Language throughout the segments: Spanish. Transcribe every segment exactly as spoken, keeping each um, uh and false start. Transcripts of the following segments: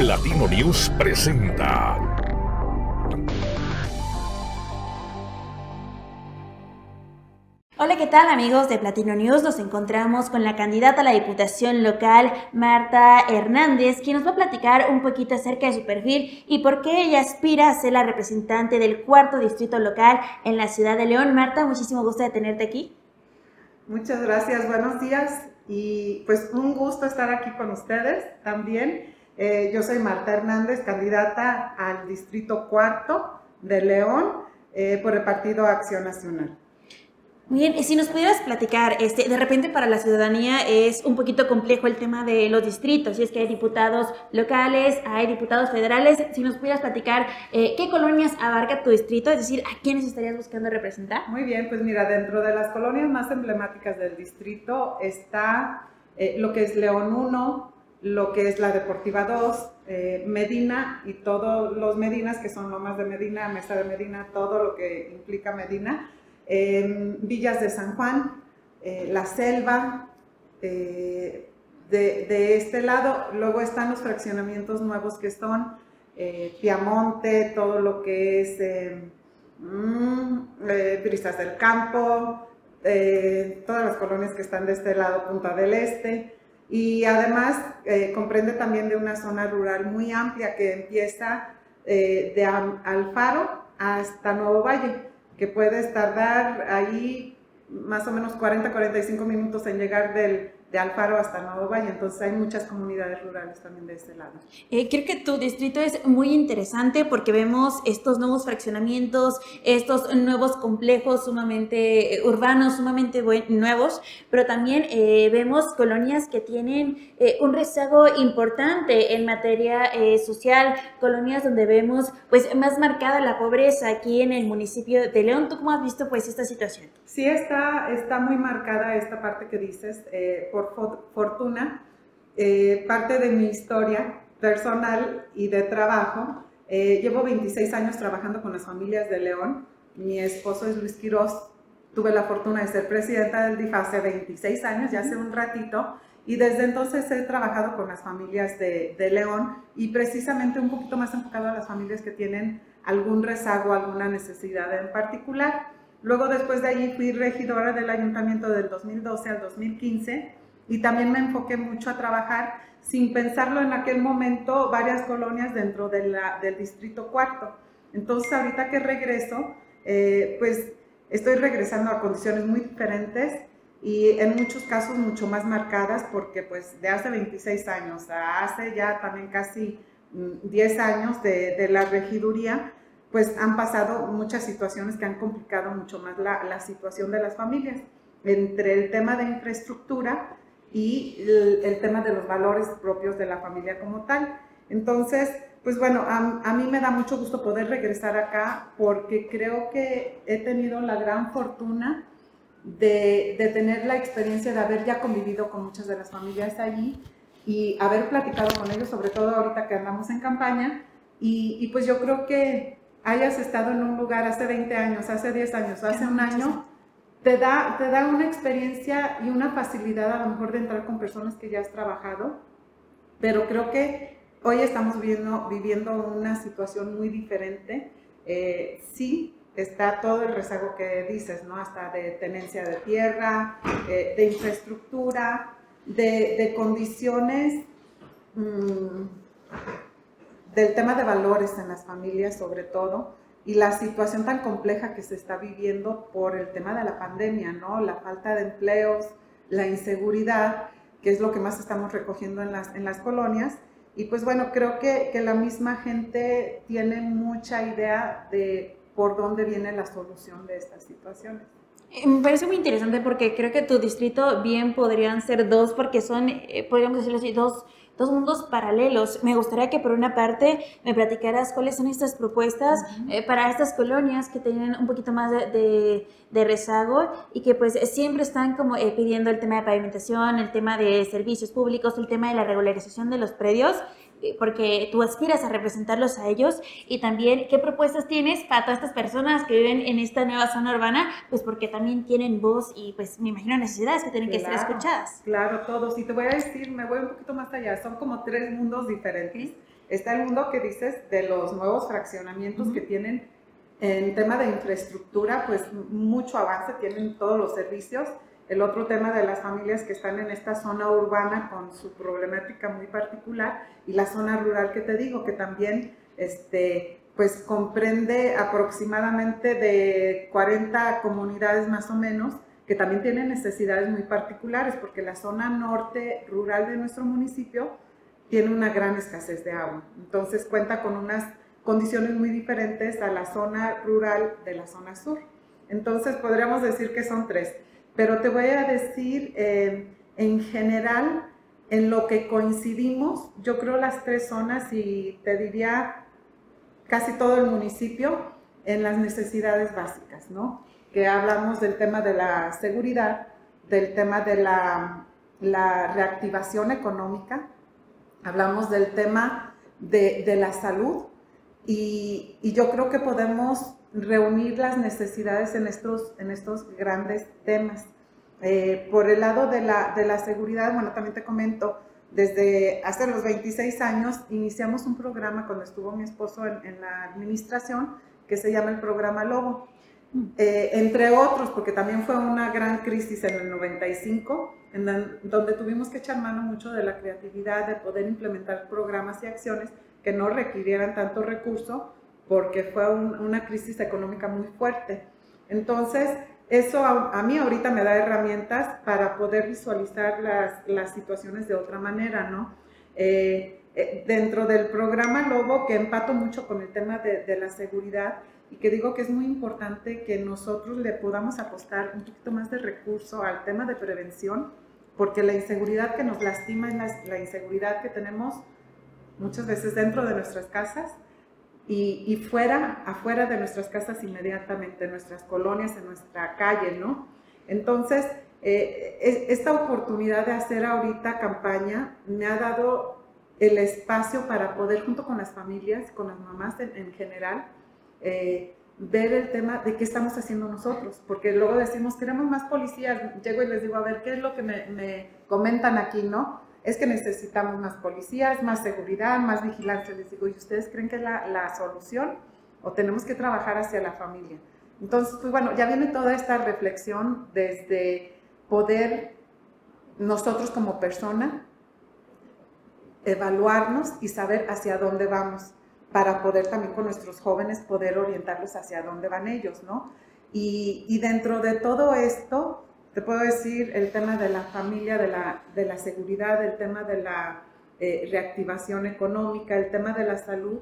Platino News presenta. Hola, ¿qué tal amigos de Platino News? Nos encontramos con la candidata a la Diputación Local, Marta Hernández, quien nos va a platicar un poquito acerca de su perfil y por qué ella aspira a ser la representante del cuarto distrito local en la ciudad de León. Marta, muchísimo gusto de tenerte aquí. Muchas gracias, buenos días y pues un gusto estar aquí con ustedes también. Eh, yo soy Marta Hernández, candidata al distrito cuarto de León eh, por el Partido Acción Nacional. Muy bien, si nos pudieras platicar, este, de repente para la ciudadanía es un poquito complejo el tema de los distritos, y es que hay diputados locales, hay diputados federales. Si nos pudieras platicar eh, qué colonias abarca tu distrito, es decir, ¿a quiénes estarías buscando representar? Muy bien, pues mira, dentro de las colonias más emblemáticas del distrito está eh, lo que es León uno, lo que es la Deportiva dos, eh, Medina y todos los Medinas, que son Lomas de Medina, Mesa de Medina, todo lo que implica Medina. Eh, Villas de San Juan, eh, La Selva, eh, de, de este lado. Luego están los fraccionamientos nuevos que son eh, Piamonte, todo lo que es eh, mm, eh, Brisas del Campo, eh, todas las colonias que están de este lado, Punta del Este, y además eh, comprende también de una zona rural muy amplia que empieza eh, de Alfaro hasta Nuevo Valle, que puedes tardar ahí más o menos cuarenta a cuarenta y cinco minutos en llegar del, de Alfaro hasta Nuevo Valle. Entonces hay muchas comunidades rurales también de este lado. Eh, creo que tu distrito es muy interesante porque vemos estos nuevos fraccionamientos, estos nuevos complejos sumamente eh, urbanos, sumamente buen, nuevos, pero también eh, vemos colonias que tienen eh, un rezago importante en materia eh, social, colonias donde vemos pues más marcada la pobreza aquí en el municipio de León. ¿Tú cómo has visto pues esta situación? Sí, está, está muy marcada esta parte que dices, eh, por fortuna, eh, parte de mi historia personal y de trabajo. Eh, llevo veintiséis años trabajando con las familias de León. Mi esposo es Luis Quirós. Tuve la fortuna de ser presidenta del D I F hace veintiséis años, ya hace un ratito, y desde entonces he trabajado con las familias de, de León y precisamente un poquito más enfocado a las familias que tienen algún rezago, alguna necesidad en particular. Luego, después de allí, fui regidora del ayuntamiento del dos mil doce al dos mil quince y también me enfoqué mucho a trabajar, sin pensarlo en aquel momento, varias colonias dentro de la, del distrito cuarto. Entonces, ahorita que regreso, eh, pues estoy regresando a condiciones muy diferentes y en muchos casos mucho más marcadas, porque pues de hace veintiséis años a hace ya también casi diez años de, de la regiduría, pues han pasado muchas situaciones que han complicado mucho más la, la situación de las familias, entre el tema de infraestructura y el, el tema de los valores propios de la familia como tal. Entonces, pues bueno, a, a mí me da mucho gusto poder regresar acá, porque creo que he tenido la gran fortuna de, de tener la experiencia de haber ya convivido con muchas de las familias allí y haber platicado con ellos, sobre todo ahorita que andamos en campaña, y, y pues yo creo que hayas estado en un lugar hace veinte años, hace diez años, hace un año, te da, te da una experiencia y una facilidad a lo mejor de entrar con personas que ya has trabajado, pero creo que hoy estamos viviendo, viviendo una situación muy diferente. Eh, sí, está todo el rezago que dices, ¿no? Hasta de tenencia de tierra, eh, de infraestructura, de, de condiciones, mmm, del tema de valores en las familias sobre todo, y la situación tan compleja que se está viviendo por el tema de la pandemia, ¿no? La falta de empleos, la inseguridad, que es lo que más estamos recogiendo en las, en las colonias. Y pues bueno, creo que, que la misma gente tiene mucha idea de por dónde viene la solución de estas situaciones. Me parece muy interesante porque creo que tu distrito bien podrían ser dos, porque son, eh, podríamos decirlo así, dos, dos mundos paralelos. Me gustaría que por una parte me platicaras cuáles son estas propuestas uh-huh. eh, para estas colonias que tienen un poquito más de, de, de rezago y que pues siempre están como eh, pidiendo el tema de pavimentación, el tema de servicios públicos, el tema de la regularización de los predios, porque tú aspiras a representarlos a ellos, y también qué propuestas tienes para todas estas personas que viven en esta nueva zona urbana, pues porque también tienen voz y pues me imagino necesidades que tienen claro, que ser escuchadas. Claro, todos. Y te voy a decir, me voy un poquito más allá, son como tres mundos diferentes. ¿Sí? Está el mundo que dices de los nuevos fraccionamientos uh-huh. que tienen en tema de infraestructura, pues mucho avance, tienen todos los servicios. El otro tema de las familias que están en esta zona urbana con su problemática muy particular, y la zona rural que te digo, que también este, pues comprende aproximadamente de cuarenta comunidades más o menos, que también tienen necesidades muy particulares, porque la zona norte rural de nuestro municipio tiene una gran escasez de agua. Entonces cuenta con unas condiciones muy diferentes a la zona rural de la zona sur. Entonces podríamos decir que son tres. Pero te voy a decir, eh, en general, en lo que coincidimos, yo creo las tres zonas, y te diría casi todo el municipio, en las necesidades básicas, ¿no? Que hablamos del tema de la seguridad, del tema de la, la reactivación económica, hablamos del tema de, de la salud, y, y yo creo que podemos reunir las necesidades en estos, en estos grandes temas. Eh, por el lado de la, de la seguridad, bueno, también te comento, desde hace los veintiséis años iniciamos un programa cuando estuvo mi esposo en, en la administración, que se llama el programa Lobo. Eh, entre otros, porque también fue una gran crisis en el noventa y cinco, en la, donde tuvimos que echar mano mucho de la creatividad, de poder implementar programas y acciones que no requirieran tanto recurso, porque fue un, una crisis económica muy fuerte. Entonces, eso a, a mí ahorita me da herramientas para poder visualizar las, las situaciones de otra manera, ¿no? Eh, eh, dentro del programa Lobo, que empato mucho con el tema de, de la seguridad, y que digo que es muy importante que nosotros le podamos apostar un poquito más de recurso al tema de prevención, porque la inseguridad que nos lastima es la, la inseguridad que tenemos muchas veces dentro de nuestras casas, Y, y fuera, afuera de nuestras casas inmediatamente, en nuestras colonias, en nuestra calle, ¿no? Entonces, eh, esta oportunidad de hacer ahorita campaña me ha dado el espacio para poder, junto con las familias, con las mamás en, en general, eh, ver el tema de qué estamos haciendo nosotros, porque luego decimos, queremos más policías, llego y les digo, a ver, ¿qué es lo que me, me comentan aquí, no? Es que necesitamos más policías, más seguridad, más vigilancia. Les digo, ¿y ustedes creen que es la, la solución? ¿O tenemos que trabajar hacia la familia? Entonces, pues bueno, ya viene toda esta reflexión desde poder nosotros como persona evaluarnos y saber hacia dónde vamos, para poder también con nuestros jóvenes poder orientarlos hacia dónde van ellos, ¿no? Y, y dentro de todo esto, te puedo decir el tema de la familia, de la, de la seguridad, el tema de la eh, reactivación económica, el tema de la salud,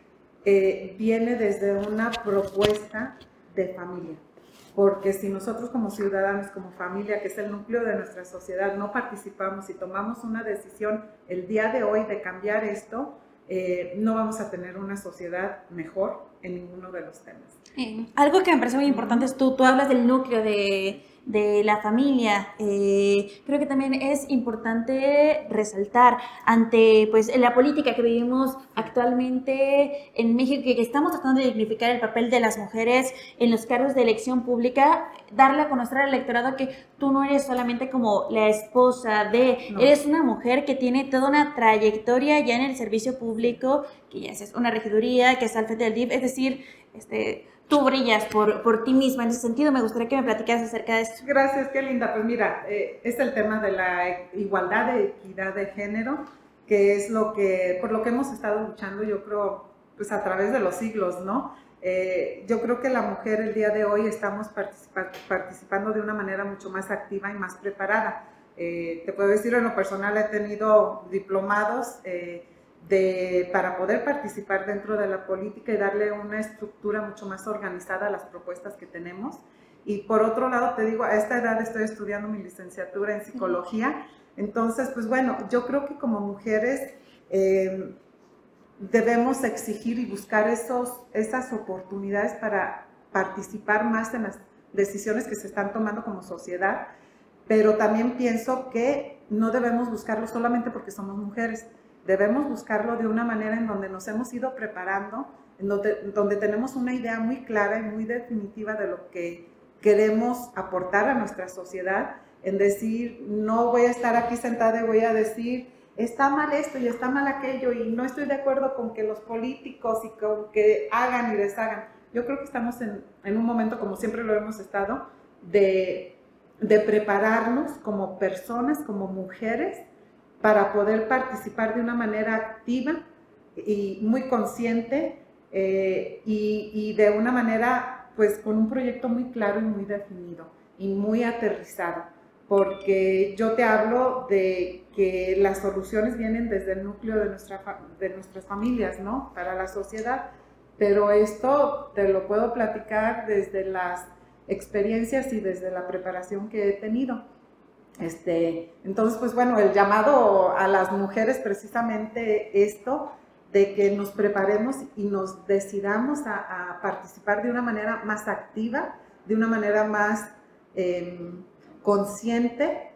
eh, viene desde una propuesta de familia. Porque si nosotros como ciudadanos, como familia, que es el núcleo de nuestra sociedad, no participamos y tomamos una decisión el día de hoy de cambiar esto, eh, no vamos a tener una sociedad mejor en ninguno de los temas. Eh, algo que me parece muy importante es tú, tú hablas del núcleo de... de la familia. Eh, creo que también es importante resaltar ante pues la política que vivimos actualmente en México, que estamos tratando de dignificar el papel de las mujeres en los cargos de elección pública, darle a conocer al electorado que tú no eres solamente como la esposa de, no. Eres una mujer que tiene toda una trayectoria ya en el servicio público, que ya es una regiduría, que está al frente del D I F, es decir, este... tú brillas por, por ti misma. En ese sentido, me gustaría que me platicaras acerca de esto. Gracias, qué linda. Pues mira, eh, es el tema de la igualdad, de equidad de género, que es lo que, por lo que hemos estado luchando, yo creo, pues a través de los siglos, ¿no? Eh, yo creo que la mujer el día de hoy estamos participa participando de una manera mucho más activa y más preparada. Eh, te puedo decir, en lo personal he tenido diplomados, eh, De, para poder participar dentro de la política y darle una estructura mucho más organizada a las propuestas que tenemos. Y por otro lado, te digo, a esta edad estoy estudiando mi licenciatura en psicología, entonces, pues bueno, yo creo que como mujeres eh, debemos exigir y buscar esos, esas oportunidades para participar más en las decisiones que se están tomando como sociedad, pero también pienso que no debemos buscarlo solamente porque somos mujeres. Debemos buscarlo de una manera en donde nos hemos ido preparando, en donde, donde tenemos una idea muy clara y muy definitiva de lo que queremos aportar a nuestra sociedad, en decir, no voy a estar aquí sentada y voy a decir, está mal esto y está mal aquello y no estoy de acuerdo con que los políticos y con que hagan y deshagan. Yo creo que estamos en, en un momento, como siempre lo hemos estado, de, de prepararnos como personas, como mujeres, para poder participar de una manera activa y muy consciente eh, y, y de una manera, pues, con un proyecto muy claro y muy definido y muy aterrizado, porque yo te hablo de que las soluciones vienen desde el núcleo de, nuestra, de nuestras familias, ¿no? Para la sociedad, pero esto te lo puedo platicar desde las experiencias y desde la preparación que he tenido. Este, entonces, pues bueno, el llamado a las mujeres precisamente esto, de que nos preparemos y nos decidamos a, a participar de una manera más activa, de una manera más eh, consciente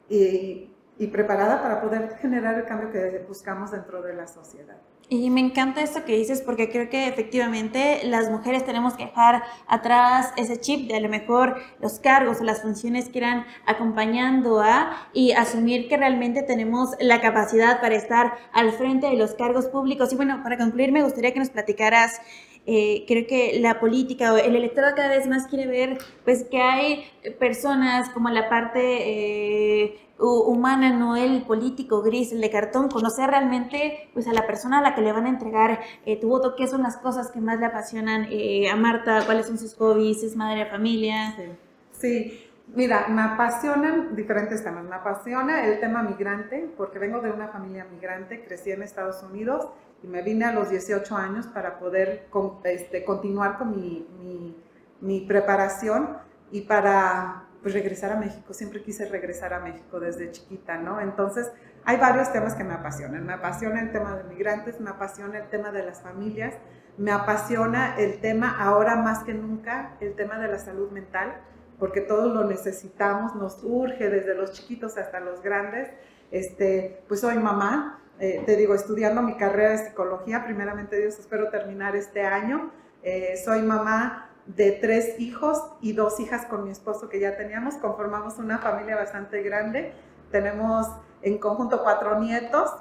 y, y preparada para poder generar el cambio que buscamos dentro de la sociedad. Y me encanta esto que dices porque creo que efectivamente las mujeres tenemos que dejar atrás ese chip de a lo mejor los cargos o las funciones que irán acompañando a y asumir que realmente tenemos la capacidad para estar al frente de los cargos públicos. Y bueno, para concluir me gustaría que nos platicaras, eh, creo que la política o el electorado cada vez más quiere ver pues que hay personas como la parte eh, humana, no el político gris, el de cartón, conocer realmente pues a la persona a la que le van a entregar eh, tu voto, qué son las cosas que más le apasionan eh, a Marta, cuáles son sus hobbies, es madre de familia. Sí. Sí, mira, me apasionan diferentes temas, me apasiona el tema migrante, porque vengo de una familia migrante, crecí en Estados Unidos y me vine a los dieciocho años para poder con, este, continuar con mi, mi, mi preparación y para pues regresar a México. Siempre quise regresar a México desde chiquita, ¿no? Entonces, hay varios temas que me apasionan. Me apasiona el tema de migrantes, me apasiona el tema de las familias, me apasiona el tema, ahora más que nunca, el tema de la salud mental, porque todos lo necesitamos, nos urge desde los chiquitos hasta los grandes. Este, pues soy mamá, eh, te digo, estudiando mi carrera de psicología, primeramente Dios, espero terminar este año. Eh, soy mamá de tres hijos y dos hijas con mi esposo que ya teníamos, conformamos una familia bastante grande, tenemos en conjunto cuatro nietos,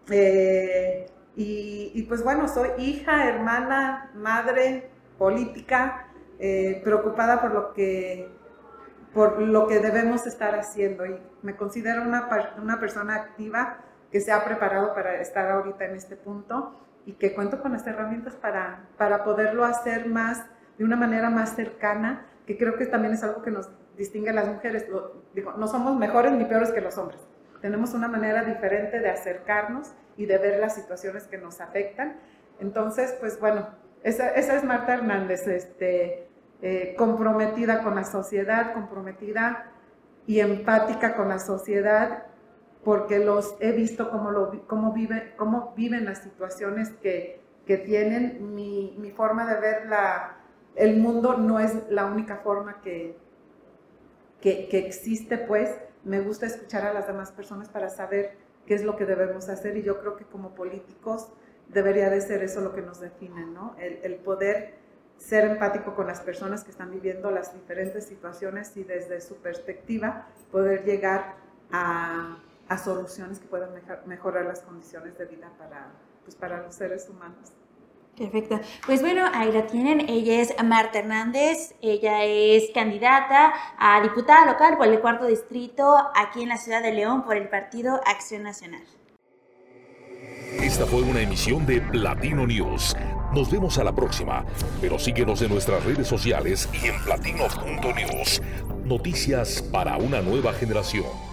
eh, y, y pues bueno, soy hija, hermana, madre, política, eh, preocupada por lo que, por lo que debemos estar haciendo, y me considero una, una persona activa que se ha preparado para estar ahorita en este punto y que cuento con las herramientas para, para poderlo hacer más de una manera más cercana, que creo que también es algo que nos distingue a las mujeres. Lo, digo, no somos mejores ni peores que los hombres. Tenemos una manera diferente de acercarnos y de ver las situaciones que nos afectan. Entonces, pues bueno, esa, esa es Marta Hernández, este, eh, comprometida con la sociedad, comprometida y empática con la sociedad, porque los he visto cómo, lo, cómo, vive, cómo viven las situaciones que, que tienen. Mi, mi forma de ver la... El mundo no es la única forma que, que, que existe, pues. Me gusta escuchar a las demás personas para saber qué es lo que debemos hacer, y yo creo que como políticos debería de ser eso lo que nos define, ¿no? El, el poder ser empático con las personas que están viviendo las diferentes situaciones y desde su perspectiva poder llegar a, a soluciones que puedan mejor, mejorar las condiciones de vida para, pues, para los seres humanos. Perfecto. Pues bueno, ahí la tienen. Ella es Marta Hernández. Ella es candidata a diputada local por el cuarto distrito aquí en la ciudad de León por el Partido Acción Nacional. Esta fue una emisión de Platino News. Nos vemos a la próxima, pero síguenos en nuestras redes sociales y en platino punto news. Noticias para una nueva generación.